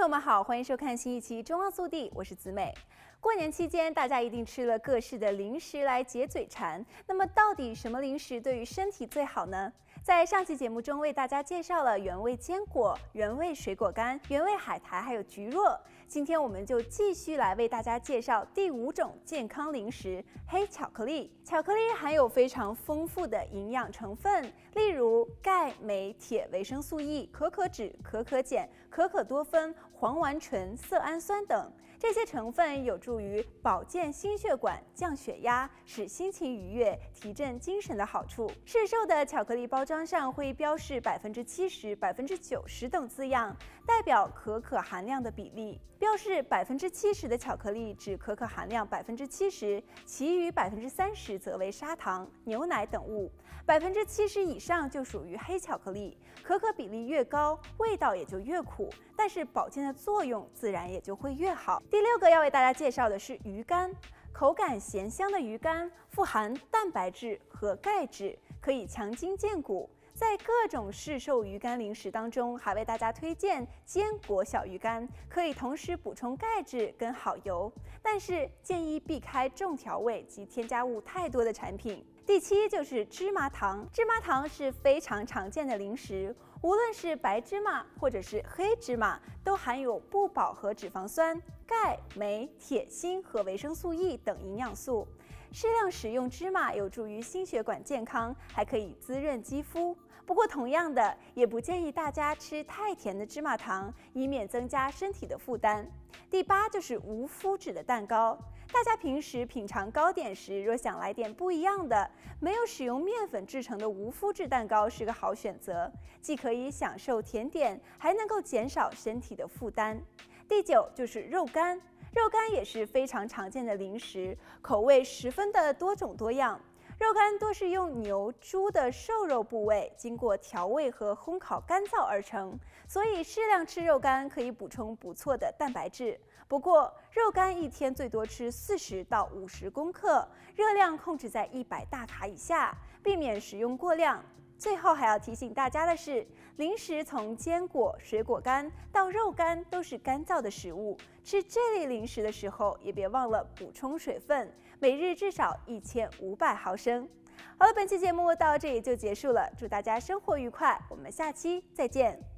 友们好，欢迎收看新一期《中澳速递》，我是子美。过年期间，大家一定吃了各式的零食来解嘴馋。那么，到底什么零食对于身体最好呢？在上期节目中为大家介绍了原味坚果、原味水果干、原味海苔，还有菊若。今天我们就继续来为大家介绍第5种健康零食——黑巧克力。巧克力含有非常丰富的营养成分，例如钙、镁、铁、维生素 E、可可脂、可可碱、可可多酚、黄烷醇、色氨酸等。这些成分有助于保健心血管、降血压、使心情愉悦、提振精神的好处。市售的巧克力包装上会标示70%、90%等字样，代表可可含量的比例。标示70%的巧克力指可可含量70%，其余30%则为砂糖、牛奶等物。70%以上就属于黑巧克力，可可比例越高，味道也就越苦，但是保健的作用自然也就会越好。第6个要为大家介绍的是鱼干。口感咸香的鱼干富含蛋白质和钙质，可以强筋健骨。在各种市售鱼干零食当中，还为大家推荐坚果小鱼干，可以同时补充钙质跟好油，但是建议避开重调味及添加物太多的产品。第7就是芝麻糖。芝麻糖是非常常见的零食，无论是白芝麻或者是黑芝麻，都含有不饱和脂肪酸、钙、镁、铁、锌和维生素 E 等营养素。适量食用芝麻有助于心血管健康，还可以滋润肌肤。不过同样的，也不建议大家吃太甜的芝麻糖，以免增加身体的负担。第8就是无麸质的蛋糕。大家平时品尝糕点时，若想来点不一样的，没有使用面粉制成的无麸质蛋糕是个好选择，既可以享受甜点，还能够减少身体的负担。第9就是肉干。肉干也是非常常见的零食，口味十分的多种多样。肉干多是用牛、猪的瘦肉部位经过调味和烘烤干燥而成，所以适量吃肉干可以补充不错的蛋白质。不过，肉干一天最多吃40到50公克，热量控制在100大卡以下，避免食用过量。最后还要提醒大家的是，零食从坚果、水果干到肉干都是干燥的食物，吃这类零食的时候也别忘了补充水分，每日至少1500毫升。好了，本期节目到这里就结束了，祝大家生活愉快，我们下期再见。